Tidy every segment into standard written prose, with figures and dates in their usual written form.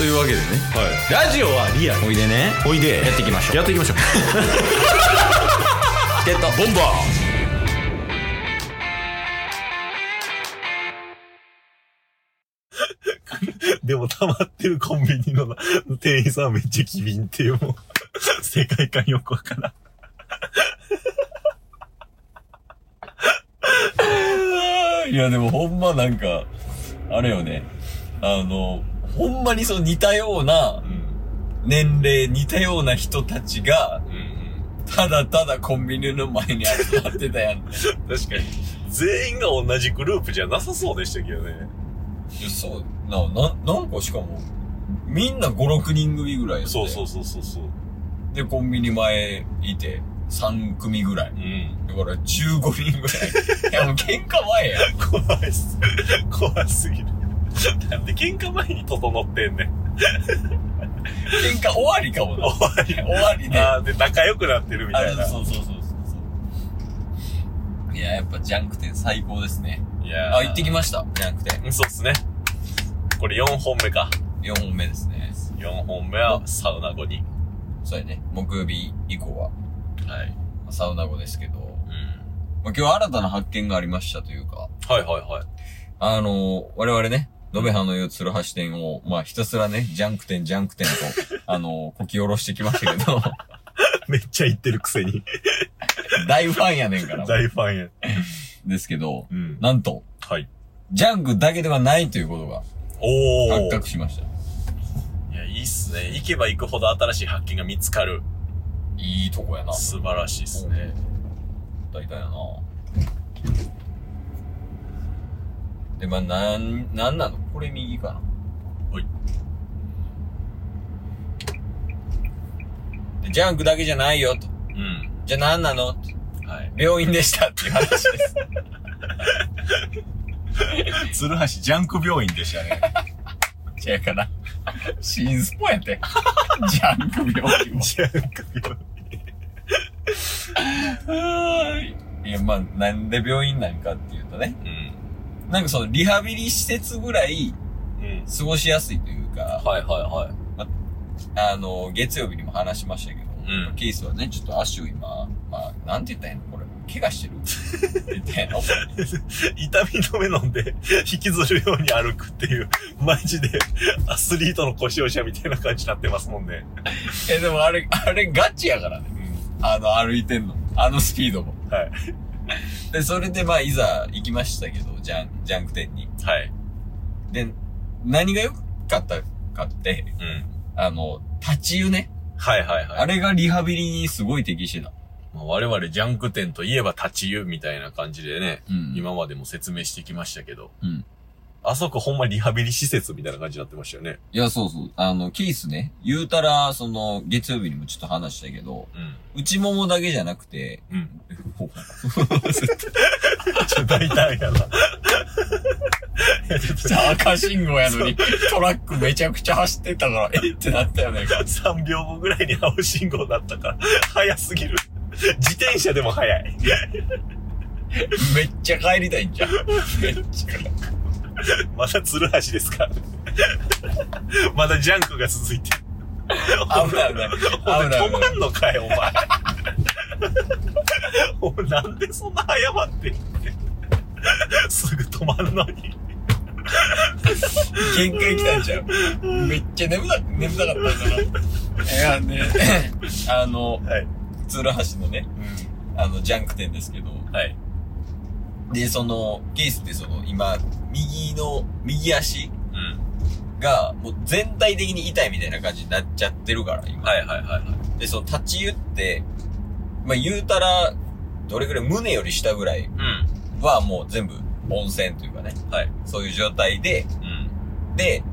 というわけでね、 ラジオはリアル。 おいでね、 おいで。 やっていきましょう。 やっていきましょう。 チケットボンバー。 でも溜まってるコンビニの店員さんはめっちゃ機敏っていうもう世界観よくわからん。 いやでもほんまなんかあれよね、ほんまにその似たような年齢、似たような人たちがただただコンビニの前に集まってたやん。 確かに全員が同じグループじゃなさそうでしたけどね。 いや、そうなんかしかもみんな5、6人組ぐらいやって。 そう。 でコンビニ前いて3組ぐらい。だから15人ぐらい。いやもう喧嘩前や。 怖すぎる。なんで喧嘩前に整ってんねん。 喧嘩終わりかもな。終わりで。 で、仲良くなってるみたいな。 そう。いや、やっぱジャンク店最高ですね。 いや行ってきました、ジャンク店。 そうっすね。これ4本目か。 4本目ですね。 4本目はサウナ後に。 そうやね。木曜日以降は。 はい。 サウナ後ですけど。今日新たな発見がありましたというか。 はい。 我々ね、延べ葉の湯鶴橋店を、ひたすらね、ジャンク店と、こき下ろしてきましたけど。 めっちゃ言ってるくせに。 大ファンやねんから。 大ファンや。 ですけど、 うん、 なんと、 はい。 ジャンクだけではないということが、発覚しました。 いや、いいっすね。行けば行くほど新しい発見が見つかる。 いいとこやな。 素晴らしいっすね。 大体やな。で、なんなのこれ右かな。 はい。 で、ジャンクだけじゃないよと。じゃあ何なのって。はい。病院でしたっていう話です。 鶴橋ジャンク病院でしたね。 違うかな。新スポやって。ジャンク病院。 ジャンク病院。 いや、なんで病院なんかっていうとね。なんかそのリハビリ施設ぐらい、過ごしやすいというか。 はい。 月曜日にも話しましたけど、ケースはね、ちょっと足を今、なんて言ったらいいのこれ。怪我してるみたいな。 痛み止め飲んで、引きずるように歩くっていう、マジで、アスリートの故障者みたいな感じになってますもんね。 でもあれガチやからね。歩いてんの。スピードも。 はい。 で、それでいざ行きましたけど、ジャンク店に。 はい。 で、何が良かったかって、立ち湯ね。 はい。 あれがリハビリにすごい適してた。 我々ジャンク店といえば立ち湯みたいな感じでね、今までも説明してきましたけど、あそこほんまリハビリ施設みたいな感じになってましたよね。 いや、そう。ケースね、言うたら、月曜日にもちょっと話したけど、内ももだけじゃなくて、 大胆やな。 赤信号やのに、トラックめちゃくちゃ走ってたから、ってなったよね。 3秒後ぐらいに青信号だったから、早すぎる。自転車でも早い。 めっちゃ帰りたいんじゃん。めっちゃ。 まだ鶴橋ですかまだジャンクが続いてる。 危ない。 止まんのかい、お前。なんでそんな早まってんねん。すぐ止まんのに。 限界来たんちゃう。めっちゃ眠たかったんだな。いやね、鶴橋のね、ジャンク店ですけど、はい。で、ケースで今、右足が、もう全体的に痛いみたいな感じになっちゃってるから、今。はい。で、立ち湯って、言うたら、どれぐらい胸より下ぐらいはもう全部温泉というかね。はい。そういう状態で、で、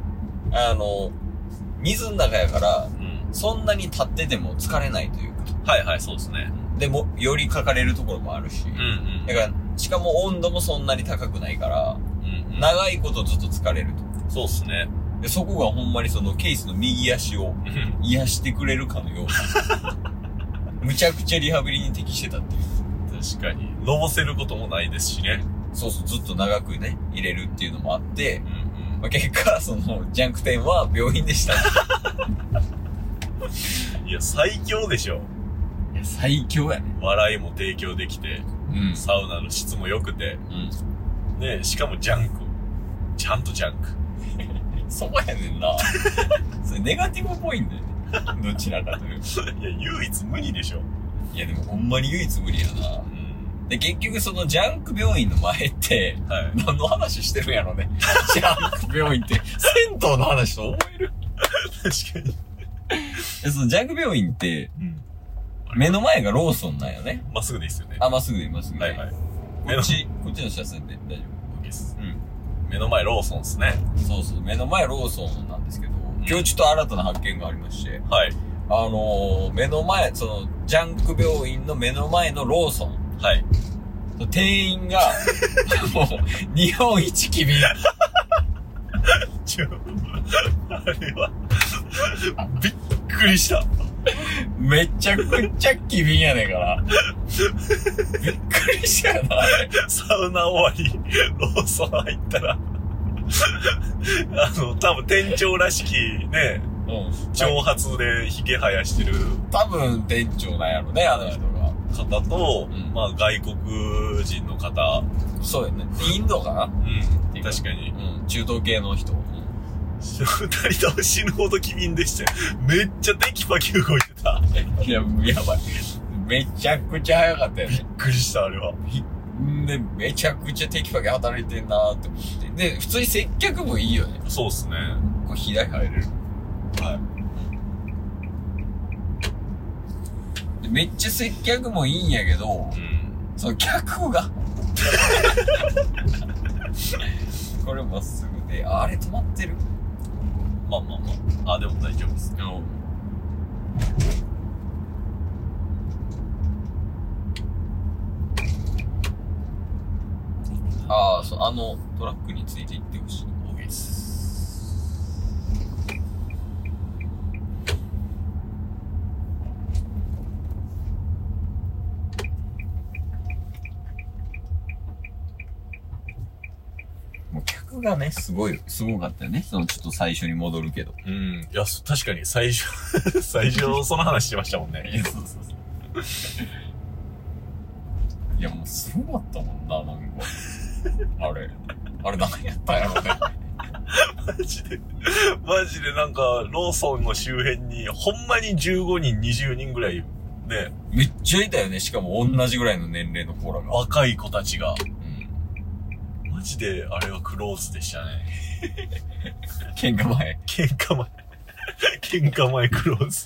水の中やから、そんなに立ってても疲れないというか。はい、そうですね。でも、よりかかれるところもあるし。だから、しかも温度もそんなに高くないから、長いことずっと疲れると。そうっすね。で、そこがほんまにケースの右足を癒してくれるかのような。むちゃくちゃリハビリに適してたっていう。確かに。のぼせることもないですしね。そう、ずっと長くね、入れるっていうのもあって、 まあ、結果、その、ジャンク店は病院でした。 いや、最強でしょ。 いや、最強やね。 笑いも提供できて、うん、サウナの質も良くて、うん、ね、しかもジャンク。ちゃんとジャンク。 そうやねんな。それネガティブポイントやね。どちらかというと。 いや、唯一無二でしょ。 いや、でもほんまに唯一無二やな。うん、で、結局そのジャンク病院の前って、はい、何の話してるんやろね。ジャンク病院って、銭湯の話と思える。 確かに。 そのジャンク病院って、うん、目の前がローソンなんよね。 まっすぐでいいっすよね。 あ、まっすぐでいい、まっすぐで。はいはい。こっちの車線で大丈夫。 OK です。うん。目の前ローソンっすね。 そうそう、目の前ローソンなんですけど、今日ちょっと新たな発見がありまして、 はい。 目の前、その、ジャンク病院の目の前のローソン。 はい。 店員が、もう、日本一機敏。 あれは、びっくりした。 めちゃくちゃ機敏やねんから。びっくりしたよな、あれ。 サウナ終わり、ローソン入ったら、多分店長らしきね、うん、長髪で髭生やしてる。 多分店長なんやろね、あの人が。 方と、うん、まあ外国人の方。 そうやね。インドかな？ うん。確かに。 うん。中東系の人。 二人とも死ぬほど機敏でしたよ。めっちゃテキパキ動いてた。 いや、やばい。めちゃくちゃ早かったよね。 びっくりした、あれは。 で、めちゃくちゃテキパキ働いてんなーって思って。で、普通に接客もいいよね。 そうっすね。 これ左入れる。はい。でめっちゃ接客もいいんやけど、うん、その客がこれまっすぐで、あれ止まってる？ まあまあまあ。でも大丈夫です。 そう、トラックについていってほしい。OK です。もう客がね、すごかったよね。そのちょっと最初に戻るけど。 うん。いや、確かに最初その話してましたもんね。 そうそうそう。いや、もうすごかったもんな、なんか。あれ何やったんやろね。 マジでなんか、ローソンの周辺に、ほんまに15人、20人ぐらい、ね。 めっちゃいたよね。しかも同じぐらいの年齢の子らが。 若い子たちが。マジで、あれはクローズでしたね。 喧嘩前クローズ。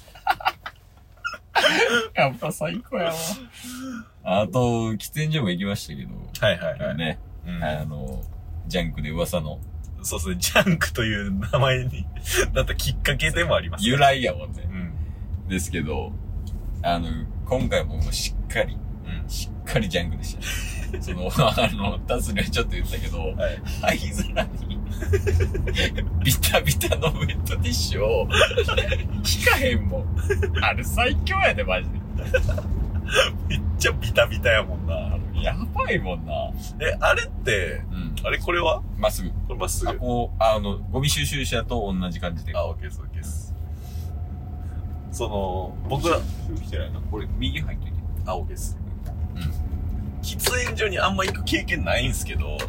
やっぱ最高やわ。あと、喫煙所も行きましたけど。 はいはいはい。 ね。うん、ジャンクで噂の。 そうですね、ジャンクという名前になったきっかけでもあります、 ね。由来やもんね。うん。ですけど、今回もしっかりジャンクでしたね。その、タスにはちょっと言ったけど、はい、灰皿に、ビタビタのウェットティッシュを、引かへんもん。あれ最強やで、マジで。 めっちゃビタビタやもんな。 やばいもんな。 あれって、うん、あれこれはまっすぐ。 これまっすぐ。 ゴミ収集車と同じ感じで。 オッケーです、オッケーです。僕ら、 来てないな。これ、右入っといて。 オッケーです。うん。喫煙所にあんま行く経験ないんすけど、うん、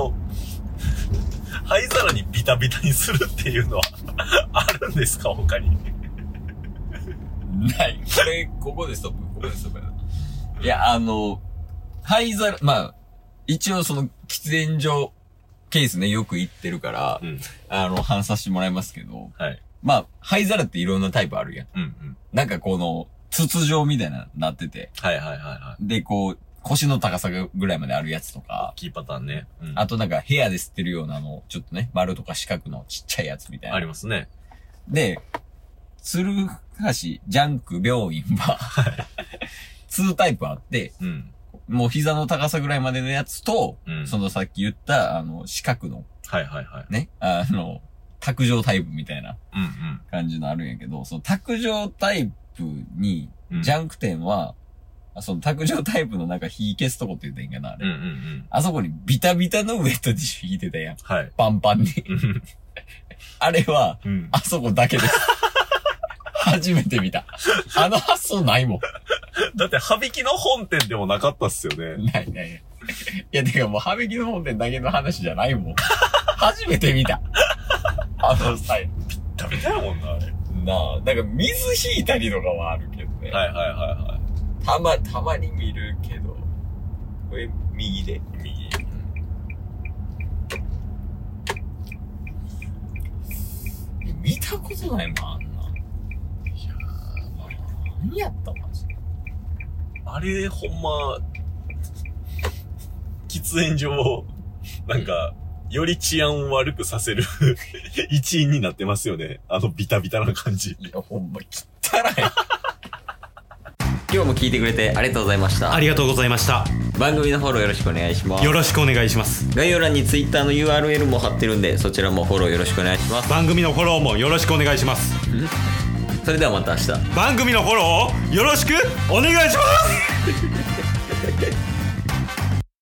灰皿にビタビタにするっていうのはあるんですか他に。 ない。ここでストップやな。いや、灰皿、まあ、一応その喫煙所ケースね、よく行ってるから、うん、話させてもらいますけど、はい。まあ、灰皿っていろんなタイプあるやん。うんうん。なんか筒状みたいなってて。 はいはいはいはい。 で、腰の高さぐらいまであるやつとか。 大きいパターンね。 うん。あとなんか部屋で吸ってるようなちょっとね、丸とか四角のちっちゃいやつみたいな。 ありますね。 で、鶴橋ジャンク病院は、2タイプあって、うん、もう膝の高さぐらいまでのやつと、うん、そのさっき言った、四角の、 はいはいはい。 ね、卓上タイプみたいな感じのあるんやけど、その卓上タイプに、ジャンク店は、 その卓上タイプのなんか火消すとこって言ったらいいんかな、あれ。 うんうんうん。 あそこにビタビタのウェットティッシュ引いてたやん。 はい。 パンパンに。あれは、あそこだけです。初めて見た。あの発想ないもん。 だって、羽引きの本店でもなかったっすよね。 ない。いや、てかもう羽引きの本店だけの話じゃないもん。初めて見た。あのスタイル。 ピッタピタやもんな、あれ。 なあ、なんか水引いたりとかはあるけどね。 はいはいはいはい。 たまに見るけど、これ右で。右。見たことないもん、あんな。いやー、何やったマジで。 あれ、ほんま、喫煙所、なんか、より治安を悪くさせる一因になってますよね。あのビタビタな感じ。 いや、ほんま、汚い。今日も聞いてくれてありがとうございました。 ありがとうございました。 番組のフォローよろしくお願いします。 よろしくお願いします。 概要欄に Twitter の URL も貼ってるんで、そちらもフォローよろしくお願いします。 番組のフォローもよろしくお願いします。 それではまた明日。 番組のフォローをよろしくお願いします